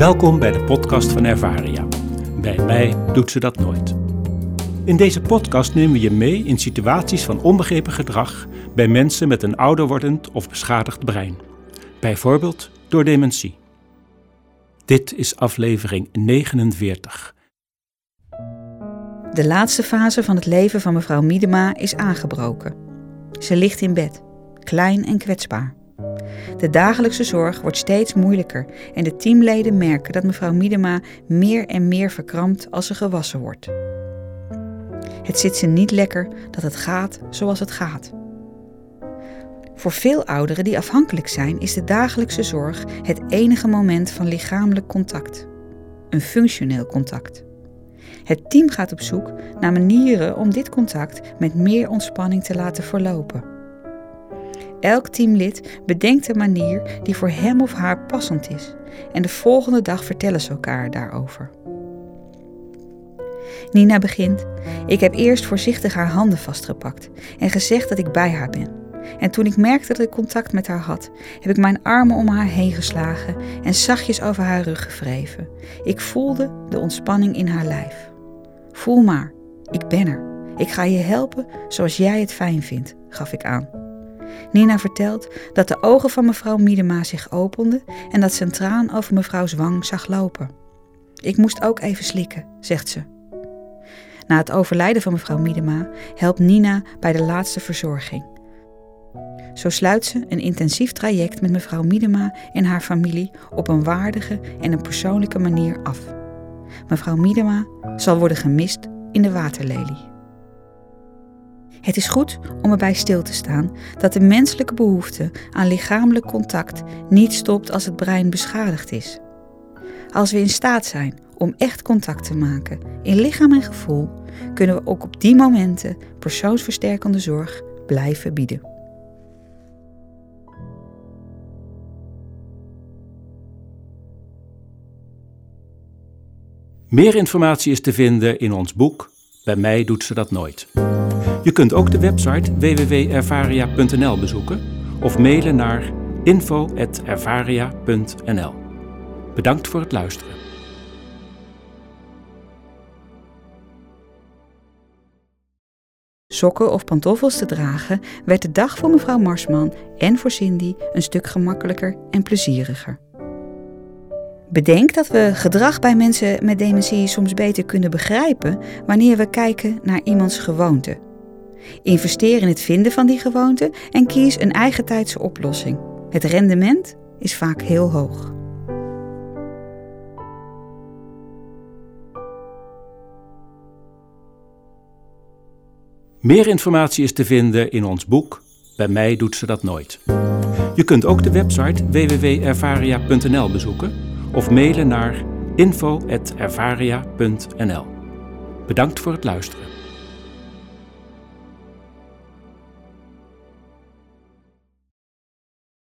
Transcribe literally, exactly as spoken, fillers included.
Welkom bij de podcast van Ervaria. Bij mij doet ze dat nooit. In deze podcast nemen we je mee in situaties van onbegrepen gedrag bij mensen met een ouder wordend of beschadigd brein. Bijvoorbeeld door dementie. Dit is aflevering negenenveertig. De laatste fase van het leven van mevrouw Miedema is aangebroken. Ze ligt in bed, klein en kwetsbaar. De dagelijkse zorg wordt steeds moeilijker en de teamleden merken dat mevrouw Miedema meer en meer verkrampt als ze gewassen wordt. Het zit ze niet lekker dat het gaat zoals het gaat. Voor veel ouderen die afhankelijk zijn is de dagelijkse zorg het enige moment van lichamelijk contact. Een functioneel contact. Het team gaat op zoek naar manieren om dit contact met meer ontspanning te laten verlopen. Elk teamlid bedenkt een manier die voor hem of haar passend is en de volgende dag vertellen ze elkaar daarover. Nina begint. Ik heb eerst voorzichtig haar handen vastgepakt en gezegd dat ik bij haar ben. En toen ik merkte dat ik contact met haar had, heb ik mijn armen om haar heen geslagen en zachtjes over haar rug gewreven. Ik voelde de ontspanning in haar lijf. Voel maar, ik ben er. Ik ga je helpen zoals jij het fijn vindt, gaf ik aan. Nina vertelt dat de ogen van mevrouw Miedema zich openden en dat ze een traan over mevrouws wang zag lopen. Ik moest ook even slikken, zegt ze. Na het overlijden van mevrouw Miedema helpt Nina bij de laatste verzorging. Zo sluit ze een intensief traject met mevrouw Miedema en haar familie op een waardige en een persoonlijke manier af. Mevrouw Miedema zal worden gemist in de waterlelie. Het is goed om erbij stil te staan dat de menselijke behoefte aan lichamelijk contact niet stopt als het brein beschadigd is. Als we in staat zijn om echt contact te maken in lichaam en gevoel, kunnen we ook op die momenten persoonsversterkende zorg blijven bieden. Meer informatie is te vinden in ons boek Bij mij doet ze dat nooit. Je kunt ook de website w w w punt ervaria punt n l bezoeken of mailen naar info at ervaria punt n l. Bedankt voor het luisteren. Sokken of pantoffels te dragen werd de dag voor mevrouw Marsman en voor Cindy een stuk gemakkelijker en plezieriger. Bedenk dat we gedrag bij mensen met dementie soms beter kunnen begrijpen wanneer we kijken naar iemands gewoonte. Investeer in het vinden van die gewoonte en kies een eigentijdse oplossing. Het rendement is vaak heel hoog. Meer informatie is te vinden in ons boek Bij mij doet ze dat nooit. Je kunt ook de website w w w punt ervaria punt n l bezoeken of mailen naar info at ervaria punt n l. Bedankt voor het luisteren.